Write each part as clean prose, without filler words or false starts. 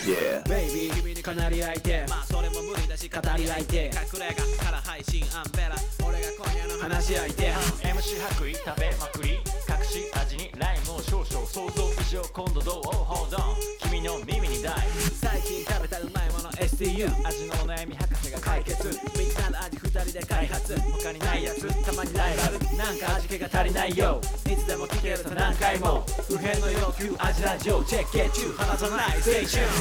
Yeah Baby 君にかなり相手まあそれも無理だし語り相手隠れ家から配信アンベラ俺が今夜の話し相手 MC 白衣食べまくり隠し味にライムを少々想像以上今度どう Hold on 君の耳に大最近食べたうまいもの STU 味のお悩み博士が解決みんなの味二人で開発他にないやつたまにライバルなんか味気が足りないよいつでも聞けると何回も不変の要求味ラジオチェックゲッチュー離さないステーション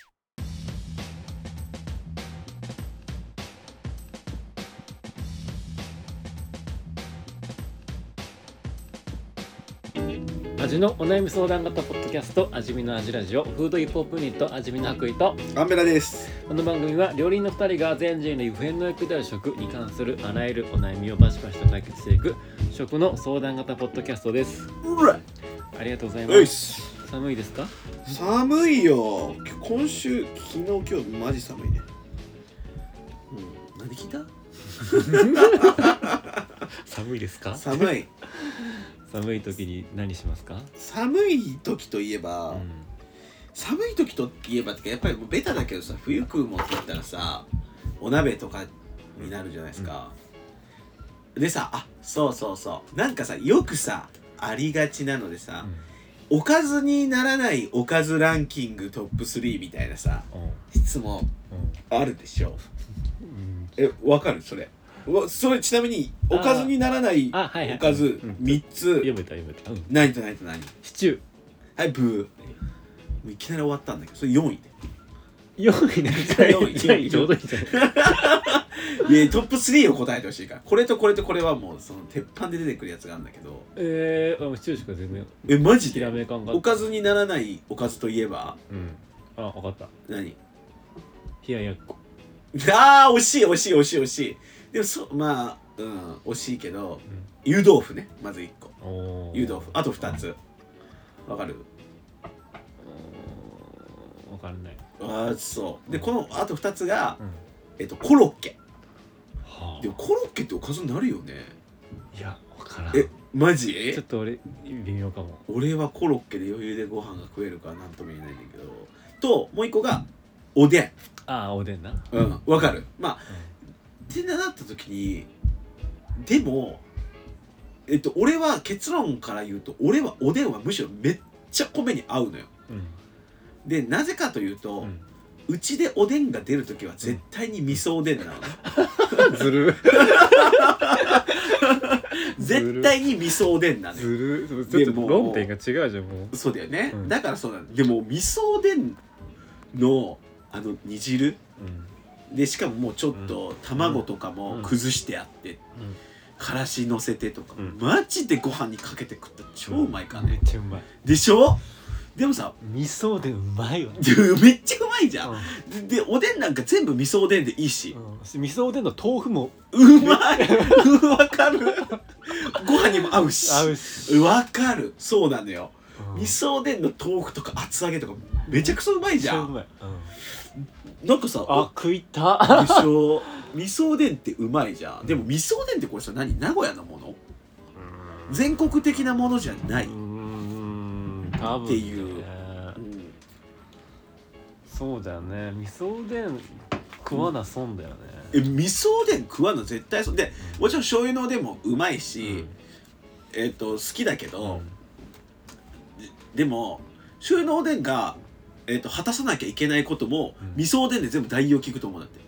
味のお悩み相談型ポッドキャスト味見の味ラジオフードヒップホップユニット味見の白衣とアンベラです。 この番組は料理人の2人が全人類不変の欲である食に関するあらゆるお悩みをバシバシと解決していく食の相談型ポッドキャストです。ありがとうございます。寒いですか？ 寒いよ。今週、昨日、今日マジ寒いね。なんで聞いた？ 寒いですか？ 寒い。 寒い時に何しますか？ 寒い時といえば、寒い時といえばってかやっぱりもうベタだけどさ、冬食うもんって言ったらさ、お鍋とかになるじゃないですか。でさ、そうなんかさ、よくさありがちなのでさ、おかずにならないおかずランキングトップ3みたいなさ、いつもあるでしょ。わかるそれ？それちなみにおかずにならないおかず3つ読めた、 何と何シチュー。 はいブー。もういきなり終わったんだけどそれ4位で 4位ね。4位ちょうどいいじゃん。 いやトップ3を答えてほしいから。これとこれとこれはもうその鉄板で出てくるやつがあるんだけど。 シチューしか全然。 マジでおかずにならないおかずといえば分かった。 何？ 冷ややっこ。 惜しい。でもまあ惜しいけど、湯豆腐ねまず1個。湯豆腐あと2つ。わかる？ わかんない。 そうでこのあと2つが、コロッケ。でもコロッケっておかずになるよね。 いやわからん。 マジ？ ちょっと俺微妙かも。 俺はコロッケで余裕でご飯が食えるからなんとも言えないんだけど。ともう1個がおでん。 おでんな。 わかる。まあ、ってなった時にでも俺は結論から言うと俺はおでんはむしろめっちゃ米に合うのよ。でなぜかというと、うちでおでんが出る時は絶対に味噌おでんなのね。 ずる絶対に味噌おでんなのよ。 ずる。ちょっと論点が違うじゃんもう。 そうだよね、だからそうなの。でも味噌おでんの煮汁、でしかももうちょっと卵とかも崩してあって、からし乗せてとか、マジでご飯にかけて食ったら超うまいからね。 めっちゃうまいでしょ。でもさ味噌でうまいわ。 めっちゃうまいじゃん、でおでんなんか全部味噌おでんでいいし、 味噌おでんの豆腐もうまいわかるご飯にも合うしわかる。そうなのよ、味噌おでんの豆腐とか厚揚げとかめちゃくちゃうまいじゃん。なんかさ食いたでしょ。味噌おでんってうまいじゃん。でも味噌おでんってこれさ名古屋のもの？全国的なものじゃないっていう、 そうだよね。味噌おでん食わな損だよね。 味噌おでん食わんの絶対そうで、もちろん醤油のおでんもうまいし、好きだけど、でも醤油のおでんが果たさなきゃいけないことも、味噌おでんで全部代用聞くと思うんだって。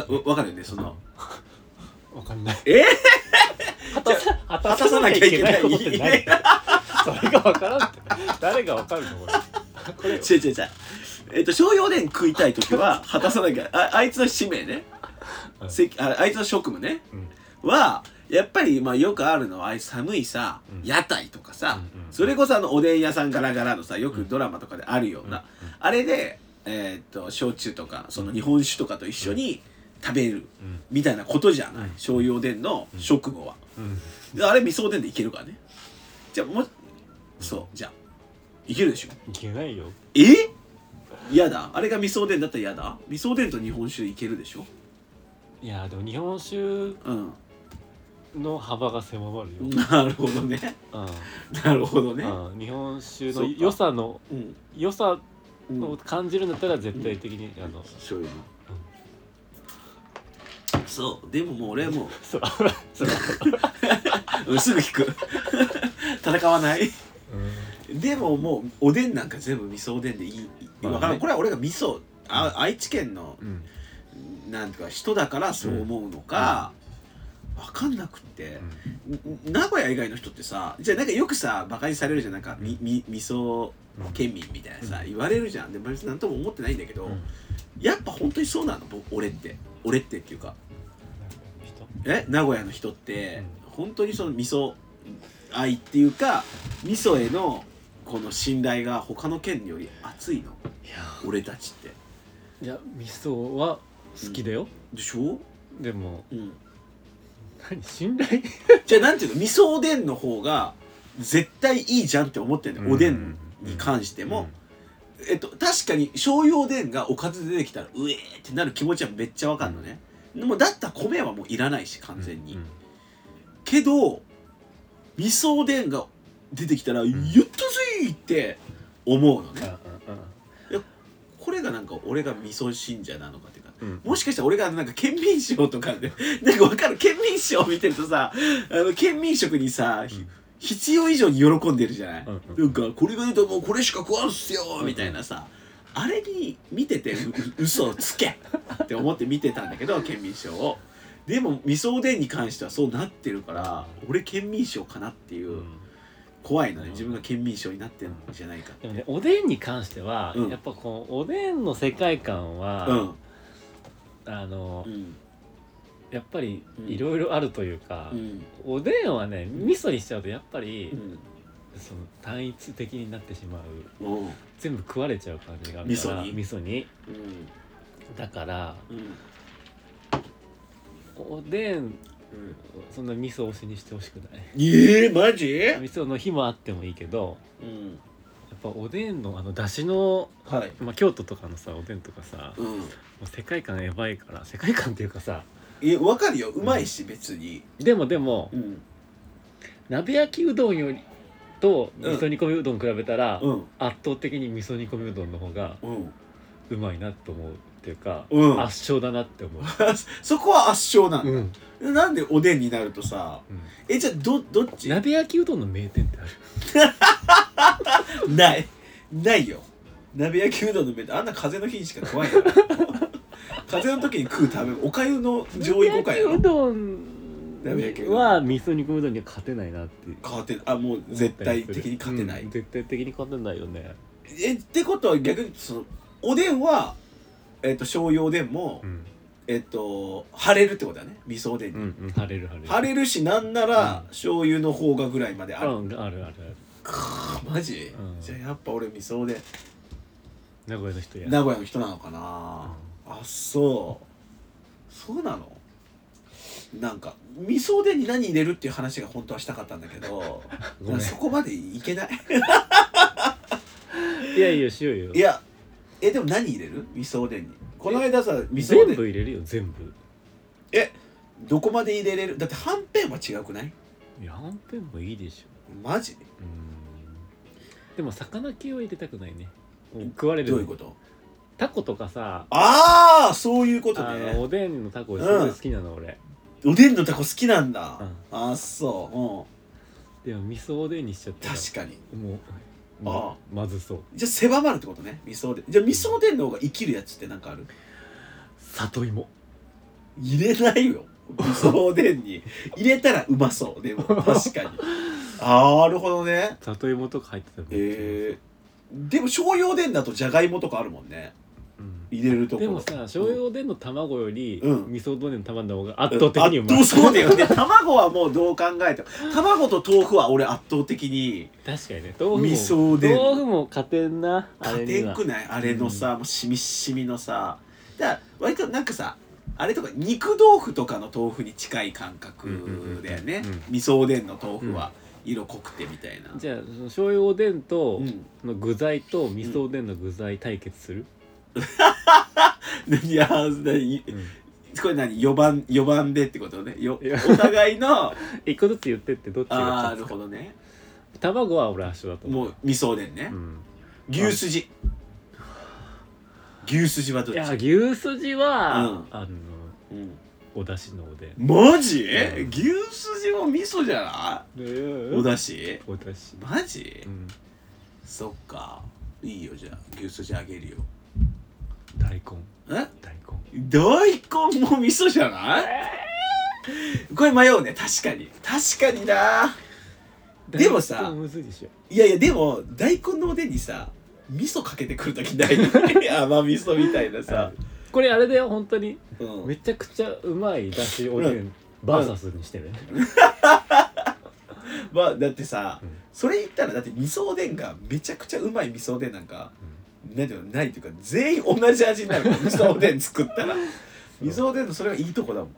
わかるよねその。 わかんない。 果たさなきゃいけないことって何？それがわからんって。誰がわかるのこれ。 違う醤油おでん食いたいときは果たさなきゃあいつの使命ね、あいつの職務ね、はやっぱりまあよくあるのは寒いさ、屋台とかさ、それこそおでん屋さんガラガラのさよくドラマとかであるような、あれで焼酎とかその日本酒とかと一緒に食べるみたいなことじゃない、醤油おでんの職務は、あれ味噌おでんでいけるからね。じゃあじゃあいけるでしょ。 いけないよ。 やだ。あれが味噌おでんだったらやだ。味噌おでんと日本酒でいけるでしょ。 いやでも日本酒の幅が狭まるよ。 なるほどね。なるほどね。 日本酒の良さうん感じるんだったら絶対的に醤油の、そうでももう俺はもそううすぐ引く戦わないでももうおでんなんか全部味噌おでんでいい、 まあねわからんこれは俺が味噌愛知県のうんなんとか人だからそう思うのか、分かんなくって、名古屋以外の人ってさじゃあなんかよくさバカにされるじゃんなんか味噌県民みたいなさ、言われるじゃんで別になんとも思ってないんだけど、やっぱ本当にそうなの俺ってっていうか名古屋の人って、本当にその味噌愛っていうか味噌へのこの信頼が他の県より熱いの。 いや俺たちっていや味噌は好きだよ、 でしょ、 でもうん、 何信頼じゃあなんていうの味噌おでんの方が絶対いいじゃんって思ってんだよ、おでんに関しても、確かに醤油おでんがおかずで出てきたらうえーってなる気持ちはめっちゃわかるのね、でもだったら米はもういらないし完全に、けど味噌おでんが出てきたら、やったぜーって思うのね、これがなんか俺が味噌信者なのかっていうか、もしかしたら俺がなんか県民賞とかでなんかわかる県民賞を見てるとさ県民食にさ、必要以上に喜んでるじゃない、なんかこれが出たらもうこれしか食わんすよみたいなさ、あれに見てて嘘をつけって思って見てたんだけど県民賞を。でも味噌おでんに関してはそうなってるから俺県民賞かなっていう、怖いのね自分が県民賞になってるんじゃないかって。 でもねおでんに関しては、やっぱこうおでんの世界観は、やっぱりいろいろあるというか、おでんはね味噌にしちゃうとやっぱり、その単一的になってしまう、全部食われちゃう感じがあるから味噌に、だから、おでん、そんな味噌推しにしてほしくない。 マジ？ 味噌の日もあってもいいけど、やっぱおでんの出汁の、京都とかのさおでんとかさ、もう世界観やばいから、世界観っていうかさ、 わかるようまいし別に、 でも、鍋焼きうどんよりと味噌煮込みうどん比べたら、圧倒的に味噌煮込みうどんの方がうまいなと思うっていうか、圧勝だなって思うそこは圧勝なんだ、なんでおでんになるとさ、じゃあどっち？ 鍋焼きうどんの名店ってある？ないよ。鍋焼きうどんの名店あんな風の日にしか食わんやろ風の時に食う食べるおかゆの上位互換やろ。 鍋焼きうどんは味噌煮込みうどんには勝てないなって勝てもう絶対的に勝てない、 絶対的に勝てないよね。 ってことは逆にそのおでんは醤油おでんも、晴れるってことだね味噌おでんに、晴れるしなんなら、醤油の方がぐらいまである、 あるマジ、じゃあやっぱ俺味噌おでん名古屋の人や名古屋の人なのかな、そうなの。なんか味噌おでんに何入れるっていう話が本当はしたかったんだけどそこまでいけないいやしようよ。 いやでも何入れる味噌おでんに。この間さ味噌おでん全部入れるよ全部。 どこまで入れれる？だってはんぺんは違くない？ いやはんぺんもいいでしょ。 マジ？ でも魚系は入れたくないね。食われる。 どういうこと？ タコとかさ。 そういうことね。 おでんのタコすごい好きなの俺。 おでんのタコ好きなんだ。そう。 でも味噌おでんにしちゃったら確かにもうまずそう。 じゃあ狭まるってことね味噌おでん。じゃあ味噌おでんの方が生きるやつってなんかある？ 里芋入れないよ味噌おでんに入れたらうまそう。でも確かになるほどね。 里芋とか入ってたらでも醤油おでんだとじゃがいもとかあるもんね、入れるところ。 でもさ醤油おでんの卵より、味噌おでんの卵の方が圧倒的にうまい、 そうだよね卵はもうどう考えても卵と豆腐は俺圧倒的に確かにね味噌おでん豆腐も勝てんな。 勝てんくないあれのさ、もうしみしみのさ。だから割となんかさあれとか肉豆腐とかの豆腐に近い感覚だよね、味噌おでんの豆腐は、色濃くてみたいな。 じゃあその醤油おでんとの具材と味噌おでんの具材対決する？ いやこれ何4番でってことね。お互いの一個ずつ言ってってどっちがなるほどね。 卵は俺圧勝だと思う。 もう味噌おでんね、牛すじ牛すじはどっち？ いや牛すじは、 うん、 お出汁のおでん。 マジ？牛すじも味噌じゃない？お出汁？ お出汁。 マジ？ うん。 そっか。いいよじゃあ牛すじあげるよ。 大根。 え？ 大根も味噌じゃない？これ迷うね。確かにな。 根。 でもさ、 むずいでしょ。 いやでも大根のおでんにさ味噌かけてくるときない？甘味噌みたいなさ。 これあれだよ本当に、 うん、 めちゃくちゃうまいだしおでんバーサスにしてる。 まあだってさ、 うん、 それ言ったらだって味噌おでんがめちゃくちゃうまい味噌おでんなんか、なんていうのないっていうか全員同じ味になるから味噌おでん作ったら味噌おでんのそれがいいとこだもん。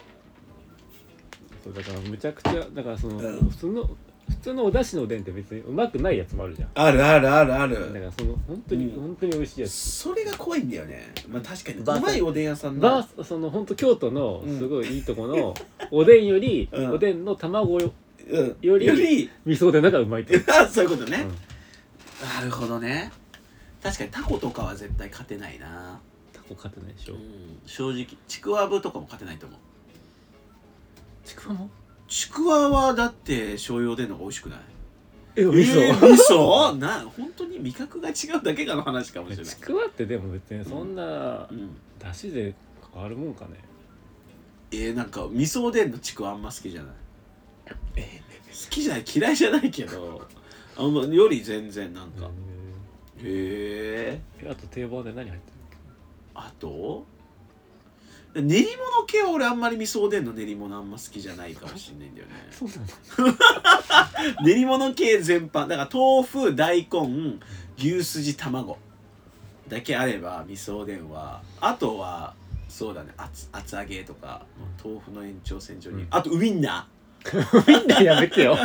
そうだからむちゃくちゃだからその、普通のお出汁のおでんって別にうまくないやつもあるじゃん。 ある。 だからその本当に美味しいやつ。 それが怖いんだよね。まあ確かにうまいおでん屋さんのその本当京都のすごいいいとこのおでんより、 うん、 おでんの卵より味噌おでんの方がうまいと。 そういうことね、なるほどね。確かにタコとかは絶対勝てないな。 タコ勝てないでしょ、 正直ちくわぶとかも勝てないと思う。 ちくわも？ ちくわはだって醤油おでんの方が美味しくない？ 味噌本当に味覚が違うだけかの話かもしれない。 ちくわってでも別にそんな出汁で変わるもんかね。 なんか味噌おでんのちくわあんま好きじゃない。好きじゃない嫌いじゃないけどより全然なんかあと定番で何入ってるっけ？ あと練り物系は俺あんまり味噌おでんの練り物あんま好きじゃないかもしれないんだよね。 そうなの？ 練り物系全般だから豆腐大根牛すじ卵だけあれば味噌おでんはあとはそうだね厚揚げとか豆腐の延長線上に、あとウインナーウインナーやめてよ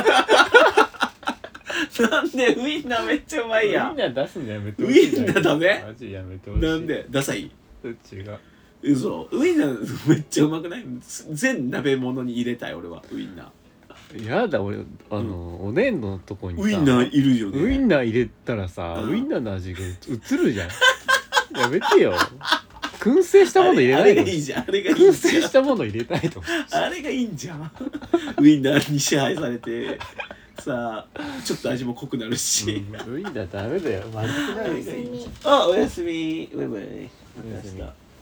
なんでウインナーめっちゃうまいやん。 ウインナー出すのやめてほウしい。 インナーダメ？ マジやめてほしい。 なんでダサい？ 違う。 嘘。ウインナーめっちゃうまくない？全鍋物に入れたい俺はウインナー。やだ俺おでんのとこにさウインナーいるよね。 ウインナー入れたらさ、ウインナーの味が移るじゃん。やめてよ。燻製したもの入れないあれがいいじゃん。 燻製したもの入れたいと思う。 あれがいいんじゃん。ウインナーに支配されてさあちょっと味も濃くなるし、 ウインナーダメだよ。まずくなるよ。 おやすみ。バイバイ。 おやすみ。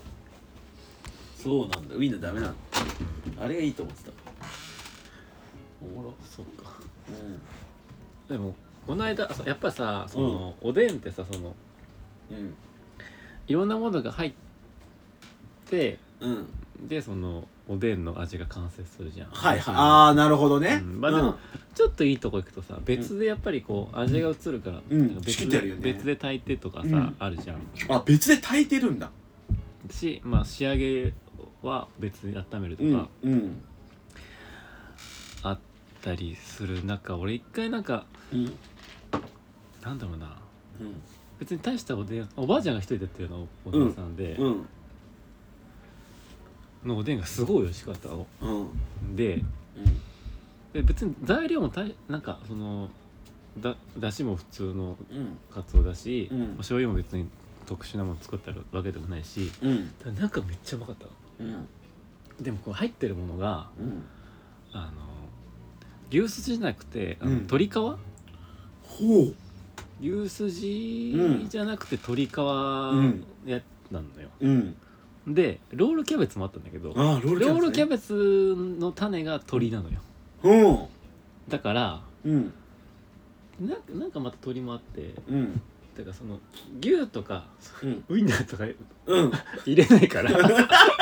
そうなんだ。ウインナーダメなんだ。あれがいいと思ってた。おもろ。 そっか。でもこの間やっぱさその、おでんってさその、いろんなものが入って、でそのおでんの味が完成するじゃん。 はいはい。ああなるほどね。 まあでもちょっといいとこ行くとさ別でやっぱりこう味が移るから別で炊いてとかさあるじゃん。 あ別で炊いてるんだ。 まあ仕上げは別に温めるとかあったりする中俺一回なんかなんだろうな別に大したおでんおばあちゃんが一人でやってるのおでんさんでのおでんがすごい美味しかったの。で別に材料もなんかそのだしも普通のかつおだし、醤油も別に特殊なもの作ってあるわけでもないし、なんかめっちゃうまかったの。でもこう入ってるものが、牛すじじゃなくて鶏皮、牛すじじゃなくて鶏皮やなのよ。でロールキャベツもあったんだけどロールキャベツの種が鶏なのよ。だからなんかまた鶏もあってだからその牛とかウインナーとか入れないからだ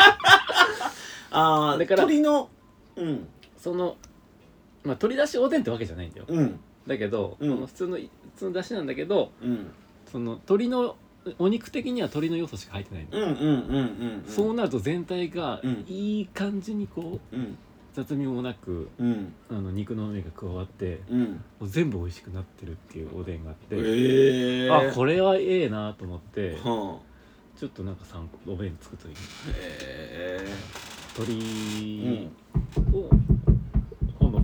から鶏のそのまあ鶏だしおでんってわけじゃないんだよ。だけど普通のだしなんだけどその鶏のお肉的には鶏の要素しか入ってないの。そうなると全体がいい感じにこう雑味もなく肉の旨が加わってもう全部美味しくなってるっていうおでんがあってあこれはええなと思ってちょっとなんかおでん作った時に鶏をほのか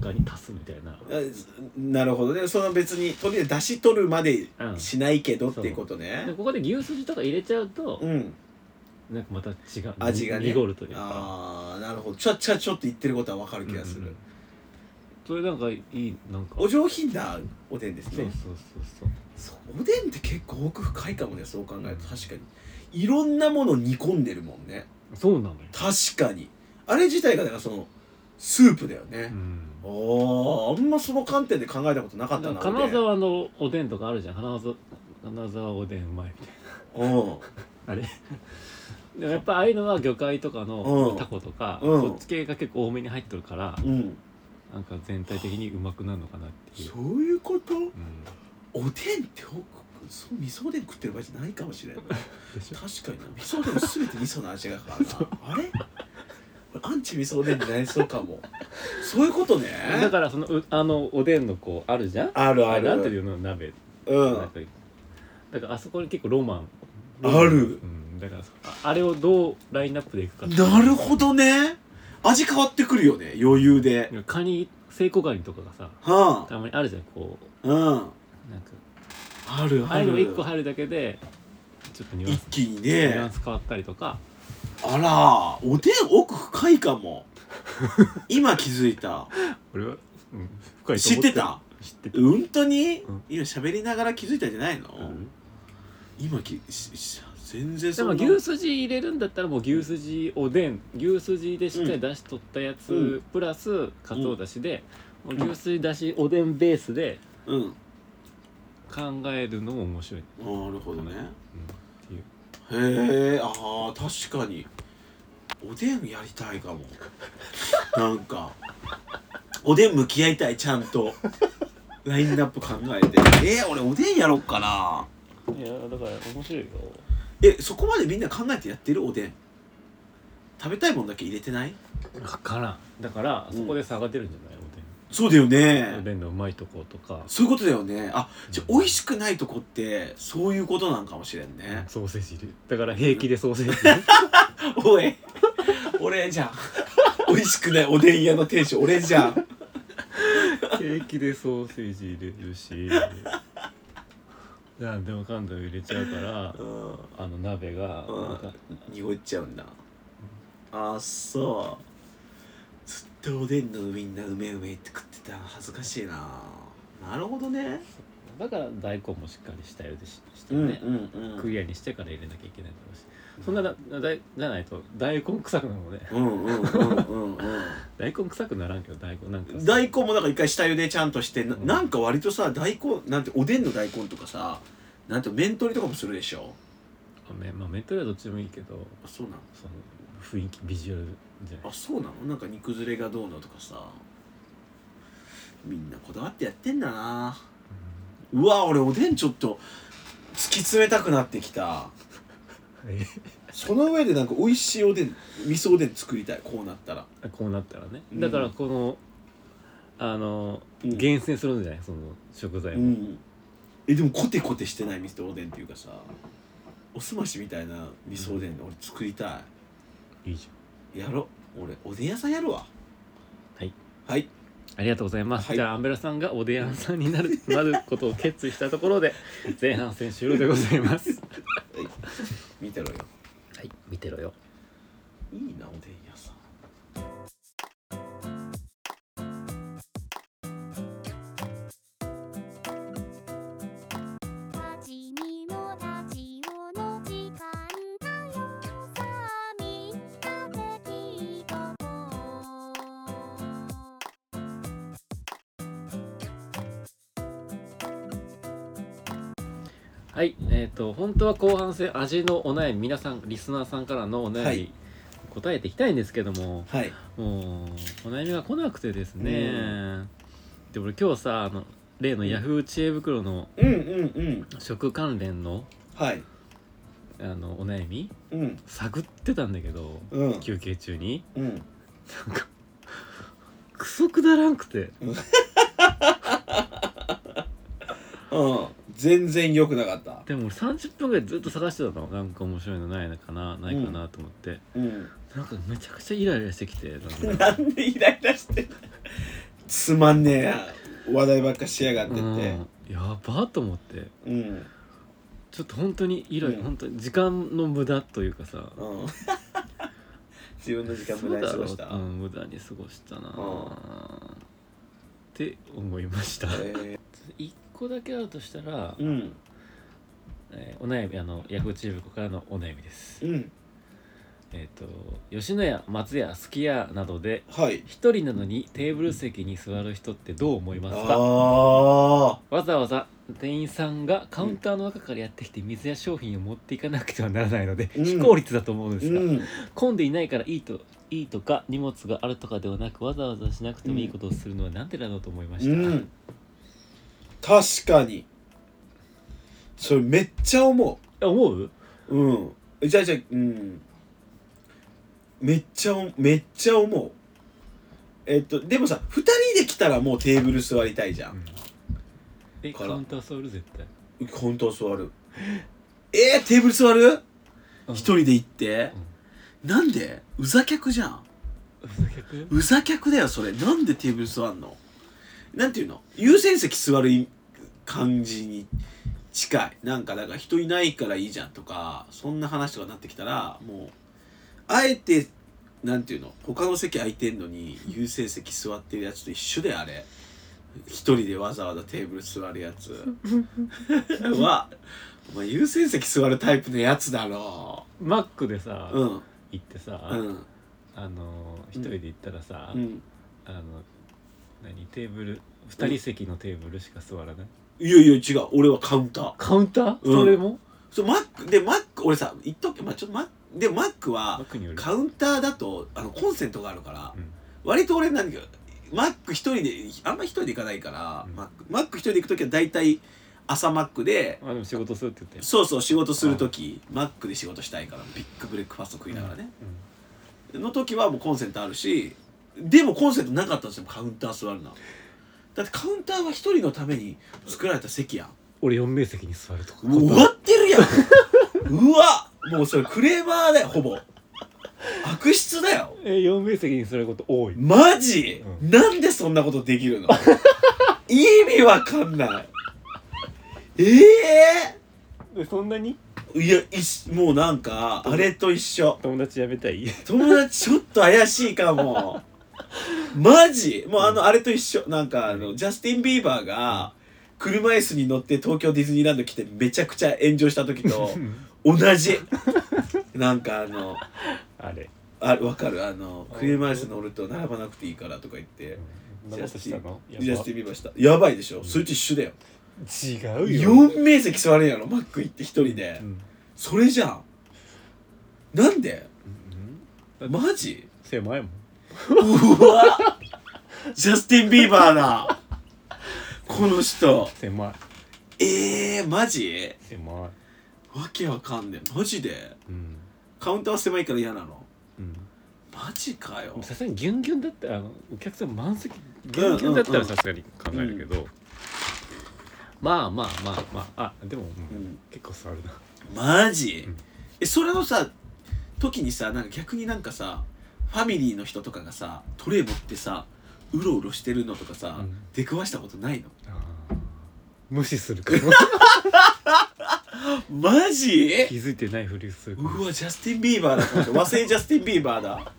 中に足すみたいな。 なるほどね。その別にとりあえず出し取るまでうんしないけどっていうことね。 でここで牛すじとか入れちゃうと、 うん。 なんかまた違う味がね。 濁るというか。 ああ、なるほど。ちょっと言ってることはわかる気がする。 うんうん、それなんかいい、なんかお上品なおでんですね。 そうそうそうおでんって結構奥深いかもね。そう考えると確かにいろんなもの煮込んでるもんね。 そうなのよ。 確かにあれ自体がだからそのスープだよね。 うん、 あんまその観点で考えたことなかったな。 金沢のおでんとかあるじゃん。金沢おでんうまいみたいな。あれでもやっぱああいうのは魚介とかのタコとか、そっち系が結構多めに入ってるから、なんか全体的にうまくなるのかなっていう。 そういうこと、おでんってそう味噌おでん食ってる場合じゃないかもしれない確かにな。味噌おでん全て味噌の味がからなあれアンチ味噌おでんになりそうかも。そういうことね。 だからそのおでんのこうあるじゃん。 あるなんていうの鍋。だからあそこに結構ロマンある。 だからあれをどうラインナップでいくか。 なるほどね。味変わってくるよね余裕で。 カニセイコガニとかがさ、たまにあるじゃんこう。なんかあるああいうの1個入るだけでちょっと一気にねニュアンス変わったりとか。 あらおでん奥深いかも今気づいた。 俺は、深いと知ってた。本当に、今喋りながら気づいたんじゃないの、今全然。 でも牛すじ入れるんだったらもう牛すじおでん、牛すじでしっかり出し取ったやつ、プラスかつおだしで、牛すじだしおでんベースで考えるのも面白い。 なるほどね。 っていう。 へえ、確かにおでんやりたいかもなんかおでん向き合いたい。ちゃんとラインナップ考えて俺おでんやろっかな。 いやだから面白いよ。 そこまでみんな考えてやってる。おでん食べたいもんだけ入れてない？ 分からん。だからそこで差が出るんじゃない？おでん。 そうだよね。 おでんのうまいとことか。 そういうことだよね。じゃあ美味しくないとこってそういうことなんかもしれんね。 ソーセージ入れる。だから平気でソーセージおい俺じゃん美味しくないおでん屋の店主俺じゃん平気でソーセージ入れるしなんでもかんでも入れちゃうから、鍋が濁っちゃうんだ。そうずっとおでんのみんなうめって食ってた。恥ずかしいな。なるほどね。 だから大根もしっかり下茹でしてね、クリアにしてから入れなきゃいけないだろうし、そんなじゃないと大根臭くなるもんね。大根臭くならんけど大根なんか大根もだから一回下茹でちゃんとして、なんか割とさ大根なんておでんの大根とかさなんて麺取りとかもするでしょ。 麺取りはどっちでもいいけど、 そうなの。 その雰囲気ビジュアルじゃない。 そうなの。なんか煮崩れがどうのとかさみんなこだわってやってんだな。うわ俺おでんちょっと突き詰めたくなってきたその上でなんか美味しいおでん味噌おでん作りたい。こうなったらね、だからこの厳選するんじゃないその食材も、 でもコテコテしてない味噌おでんっていうかさおすましみたいな味噌おでん俺作りたい。いいじゃん。やろ俺おでん屋さんやるわ。はいありがとうございます、じゃあアンベラさんがおでん屋さんになることを決意したところで前半戦終了でございます見てろよ。 見てろよ。 いいなおでん屋さん。 はい、本当は後半戦味のお悩み皆さんリスナーさんからのお悩み、答えていきたいんですけども、もうお悩みが来なくてですね、で俺今日さ例のヤフー知恵袋の食関連の、お悩み、探ってたんだけど、休憩中に、なんかクソくだらんくて全然良くなかった。 でも30分ぐらいずっと探してたの。なんか面白いのないかなと思って、なんかめちゃくちゃイライラしてきてなんでイライラしてつまんねえ話題ばっかしやがってって、 やばと思って、ちょっと本当に本当に時間の無駄というかさ、 自分の時間無駄に過ごした。 無駄に過ごしたなって思いました。一個だけあるとしたら、お悩みヤフーチームからのお悩みです。吉野家、松屋、すき家などで一人なのにテーブル席に座る人ってどう思いますか？わざわざ店員さんがカウンターの中からやってきて水や商品を持っていかなくてはならないので、非効率だと思うんですが、混んでいないからいいとか荷物があるとかではなく、わざわざしなくてもいいことをするのはなんでだろうと思いました。 確かにそれめっちゃ思う。 思う？ じゃあめっちゃ思う。でもさ、2人で来たらもうテーブル座りたいじゃん。 カウンター座る？絶対カウンター座る。テーブル座る？一人で行って、なんで？うざ客じゃん。うざ客だよそれ。なんでテーブル座んの？なんていうの？優先席座る感じに近い。なんかだから人いないからいいじゃんとか、そんな話とかなってきたら、もうあえてなんていうの、他の席空いてんのに優先席座ってるやつと一緒で、あれ一人でわざわざテーブル座るやつはお前優先席座るタイプのやつだろ。 マックでさ、行ってさ、一人で行ったらさ、テーブル2人席のテーブルしか座らない？ いや違う、俺はカウンター。 カウンター？それも？ そう、マック俺さ言っとけ、ちょっとでマックはカウンターだとコンセントがあるから、割と俺マック一人であんま一人で行かないから、マック一人で行くときは大体朝マックで、 でも仕事するって言って、 そう仕事するときマックで仕事したいから、ビッグブレックファスト食いながらね、の時はもうコンセントあるし、でもコンセントなかったとしてもカウンター座るな。だってカウンターは一人のために作られた席やん。 俺4名席に座るとか終わってるやんうわ、もうそれクレーマーだよ、ほぼ悪質だよ。 4名席に座ること多い。 マジ？なんでそんなことできるの意味わかんない。 そんなに？ いやもうなんかあれと一緒。 友達やめたい？ 友達ちょっと怪しいかもマジ？もうあれと一緒。なんかジャスティン・ビーバーが車椅子に乗って東京ディズニーランド来てめちゃくちゃ炎上した時と同じなんかわかる？車椅子乗ると並ばなくていいからとか言って、ジャスティン・ビーバーした。やばいでしょ？それと一緒だよ。 違うよ。 4名席座るんやろマック行って一人で、それじゃん。なんで？マジ？ 狭いもん。 うわジャスティン・ビーバーだこの人。 狭い。 マジ？ 狭い。 わけわかんねえマジで、カウンターは狭いから嫌なの？マジかよ。 さすがにギュンギュンだったらお客さん満席ギュンギュンだったらさすがに考えるけど、まあでも、結構座るな。 マジ？それのさ時にさ、なんか逆になんかさファミリーの人とかがさトレー持ってさうろうろしてるのとかさ、出くわしたことないの？ 無視するからマジ？ 気づいてないふりするから。 うわジャスティン・ビーバーだ。和製ジャスティン・ビーバーだ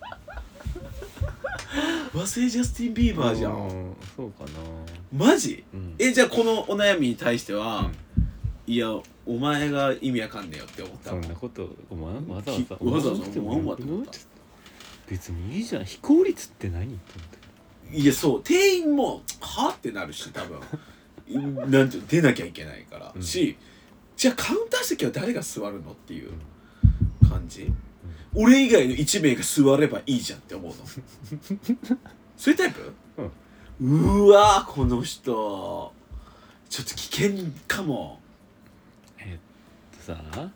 和製ジャスティン・ビーバーじゃん。 そうかな。 マジ？じゃあこのお悩みに対しては、いやお前が意味わかんねえよって思った。 そんなことわざわざ思わんわって思った。 別にいいじゃん。非効率って何って思って。 いやそう店員もはってなるし、多分なんていう出なきゃいけないから、しじゃあカウンター席は誰が座るのっていう感じ、俺以外の1名が座ればいいじゃんって思うのそういうタイプ？うわこの人ちょっと危険かも。 さ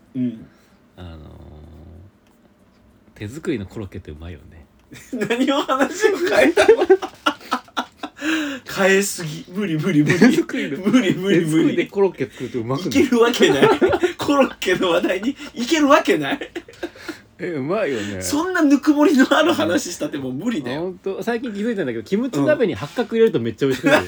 手作りのコロッケってうまいよね何を話を変えたの変えすぎ。無理無理手作りでコロッケ作るとうまくない？ いけるわけないコロッケの話題にいけるわけないうまいよね。 そんなぬくもりのある話したってもう無理だよ。 ほんと最近気づいたんだけど、キムチ鍋に八角入れるとめっちゃ美味しくなる。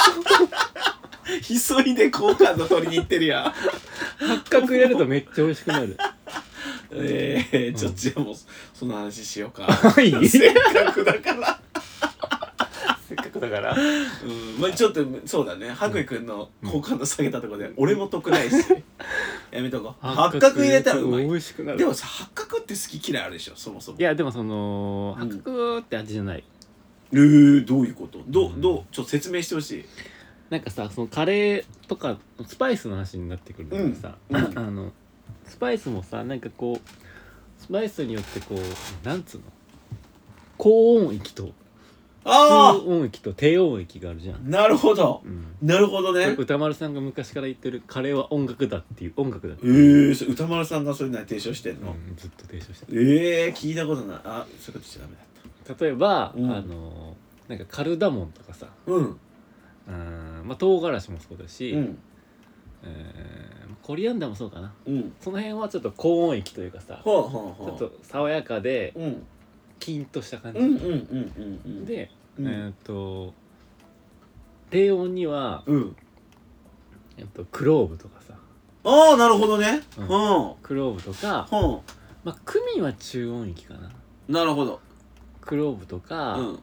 急いで好感度取りに行ってるやん。 八角入れるとめっちゃ美味しくなる。 ちょっとじゃあもうその話しようか。 いいせっかくだからせっかくだからまあちょっとそうだね、白衣くんの好感度下げたところで俺も得ないしやめとこう。八角入れたらうまい。 美味しくなる。 でもさ、八角って好き嫌いあるでしょそもそも。 いやでもその八角って味じゃない。 どういうこと？ちょっと説明してほしい。 なんかさ、そのカレーとかスパイスの話になってくるんだけどさ、スパイスもさ、なんかこうスパイスによってこうなんつうの、高音域と中音域と低音域があるじゃん。 なるほど、なるほどね。 歌丸さんが昔から言ってるカレーは音楽だっていう、音楽だってそれ歌丸さんがそういうのに提唱してんの？ ずっと提唱してる。 聞いたことない。あ、そういうことしちゃダメだった。 例えば、 うんなんかカルダモンとかさ、 うんまあ唐辛子もそうだし、 うんコリアンダーもそうかな。 うんその辺はちょっと高音域というかさ、ちほうほうほう。 ょっと爽やかでうんキンとした感じ、 うんうんうんうんで、 うん低音には、 うんクローブとかさ、 ああなるほどね。 うんうんクローブとか、 ほまあクミンは中音域かな。 うなるほど。 クローブとか、 うん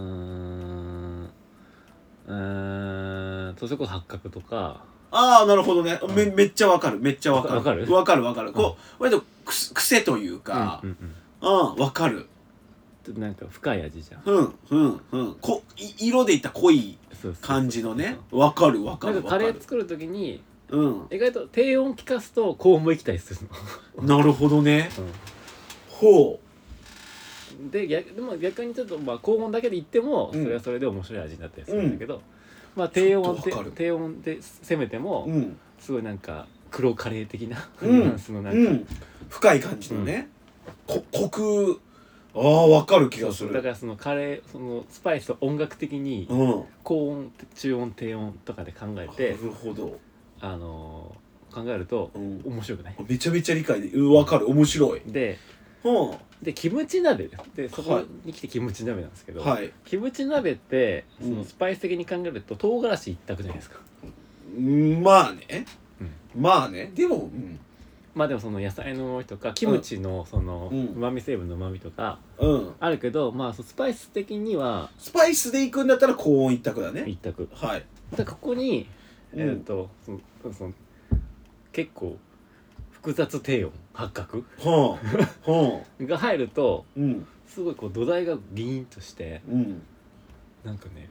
それこそ八角とか、 ああなるほどね。めっちゃわかる。めっちゃわかる。 わかるわかるわかる。こう割と癖というか、わかる。 なんか深い味じゃん。 色でいった濃いそうそう感じのね。わかるわかなんかるわかる。 カレー作る時にうん意外と低音聞かすと高音もいきたりするの。 なるほどね。ほでも逆にちょっとまあ高音だけで言ってもうんそれはそれで面白い味になったりするんだけど、まあ低音ちょっとわかる低音で攻めてもう。うんすごいなんか黒カレー的なうんニュアンスのなんか、 深い感じのね。コクわかる気がする。 だからそのカレーそのスパイスを音楽的にうん。 高音中音低音とかで考えてなるほど。 考えるとうん面白くない？ めちゃめちゃ理解でわかる。面白い。 でうんキムチ鍋でそこに来てキムチ鍋なんですけど、 はい。 キムチ鍋ってそうんのスパイス的に考えると唐辛子一択じゃないですか。 まあね。まあね。でもまあでもその野菜の旨味とかキムチのそのうん旨味成分の旨味とかうん。 あるけど、まあスパイス的にはスパイスでいくんだったら高音一択だね。 一択。 はい。 だからここにうんその結構複雑低音八角が入るとうんすごいこう土台がギーンとしてうんなんかね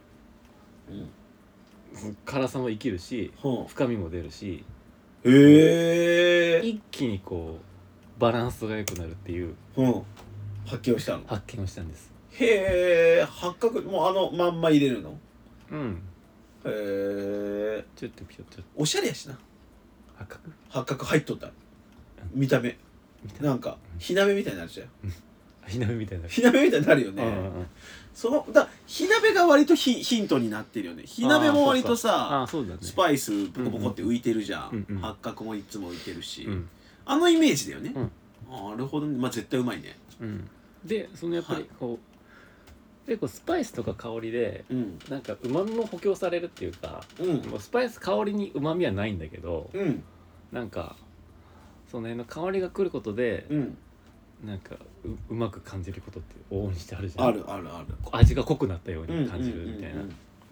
うん辛さも生きるし深みも出るしへえ。 一気にこうバランスが良くなるっていう発見をしたの。 発見をしたんです。 へえ。八角もうまんま入れるの。 うんへえ。 ちょっとピョッちょっとおしゃれやしな。 八角八角入っとった見た目なんか火鍋みたいになるじゃん。 火鍋みたいな。 火鍋みたいになるよね。火鍋が割とヒントになってるよね。火鍋も割とさそうだね。 スパイスボコボコって浮いてるじゃん。 うんうん八角もいつも浮いてるし、 うんあのイメージだよね。 うんなるほどね。まあ絶対うまいね。 うんでそのやっぱりこう結構スパイスとか香りでうんなんか旨味も補強されるっていうか、 うんもうスパイス香りに旨味はないんだけど、 うんなんかその辺の香りが来ることで、 うんなんかうまく感じることって往々にしてあるじゃん。 あるあるある。 味が濃くなったように感じるみたいな。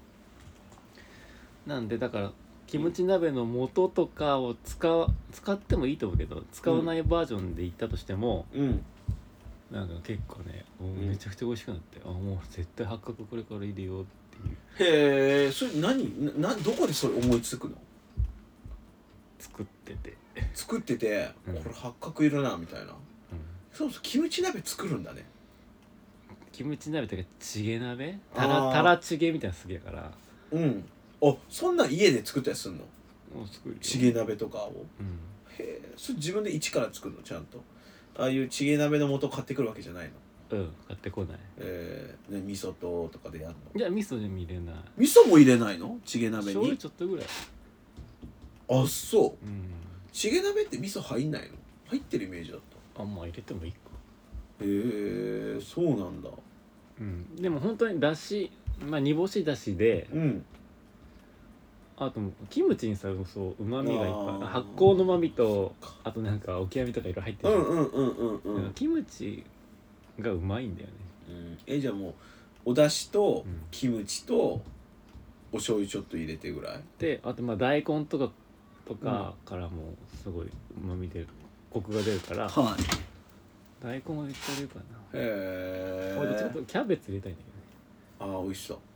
なんでだからキムチ鍋の素とかを使ってもいいと思うけど使わないバージョンでいったとしても、なんか結構ねめちゃくちゃ美味しくなって、もう絶対八角これから入れようっていう。 へえ。それどこでそれ思いつくの？ 作ってて、 これ八角いるなみたいな。そうキムチ鍋作るんだね。 キムチ鍋とかチゲ鍋あータラチゲみたいなの好きやからそんなん家で作ったりすんの？ もう作るよ。 チゲ鍋とかを。 うんへえ。それ自分で一から作るのちゃんと。ああいうチゲ鍋の素買ってくるわけじゃないの？ 買ってこない。 味噌とかでやるの？ いや味噌でも入れない。 味噌も入れないの？チゲ鍋醤油に。 ちょっとぐらい。 あ、そう。 うんチゲ鍋って味噌入んないの？入ってるイメージだった。 まあ入れてもいいか。 そうなんだ。 うん、でも本当にだし、まあ煮干しだしで、あとキムチにさ、そう旨味がいっぱい、発酵の旨味と、あとなんかオキアミとかいろいろ入ってる。キムチがうまいんだよね。 じゃあもうお出汁とキムチとお醤油ちょっと入れてぐらいで、あとまあ大根とかからもすごい旨味出る、コクが出るから、 はい、 大根は入れるかな。 俺ちょっとキャベツ入れたいんだけどね。美味しそう。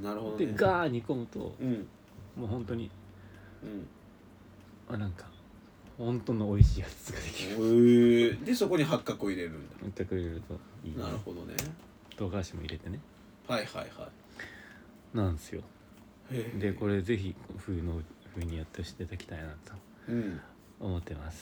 なるほどね。 でガー煮込むと、もう本当に、なんか本当の美味しいやつができる。 でそこに八角を入れるんだ。 八角入れるといいね。 なるほどね。 唐辛子も入れてね。 はいはいはい。 なんですよ。でこれぜひ冬にやってしていただきたいなと思ってます。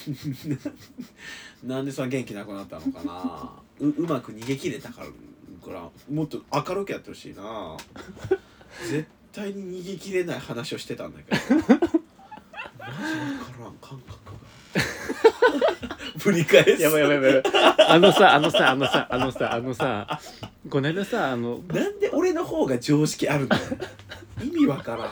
なんでそんな元気なくなったのかな。うまく逃げ切れたからもっと明るくやってほしいな。絶対に逃げ切れない話をしてたんだけどマジわからん感覚がぶり返す。 やばいあのさこの間さなんで俺の方が常識あるんだよ。意味わからん。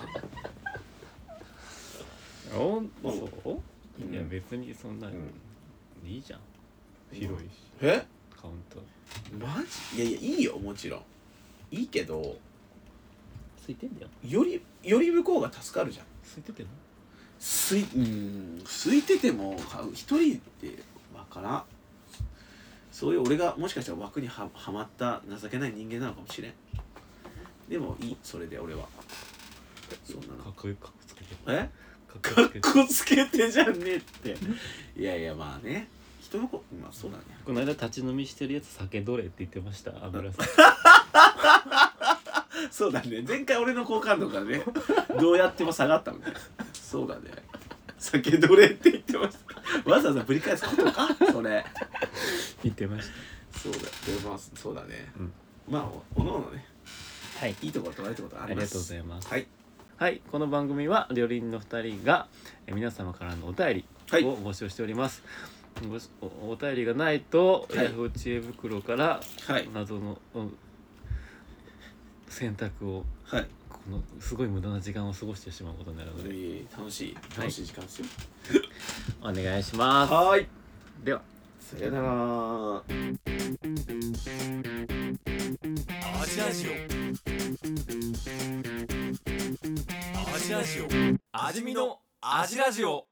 そう、いや別にそんな、いいじゃん、広いしカウント。 マジ？いやいいよ、もちろんいいけど空いてんだよ。 より向こうが助かるじゃん。 空いてても空いてても一人ってわからん。そういう俺がもしかしたら枠にはまった情けない人間なのかもしれん。でもいい、それで俺はそんなのかっこつけてかっこつけてじゃねえって。いやまあね、人の子、まあそうだね。 この間立ち飲みしてるやつ酒どれって言ってました、油さん。 そうだね、前回俺の好感度がねどうやっても下がったもんね。そうだね、酒どれって言ってました。わざわざぶり返すことかそれ。 言ってました。 そうだ、でまあそうだね、まあおのおのね、いいところと悪いところあります。 ありがとうございます。 はい、 この番組は料理人の2人が皆様からのお便りを募集しております。お便りがないと、ヤフー知恵袋から謎の選択を、このすごい無駄な時間を過ごしてしまうことになるので、 楽しい時間ですよ。 お願いします。ではさよなら。 アジラジオ味見のアジラジオ。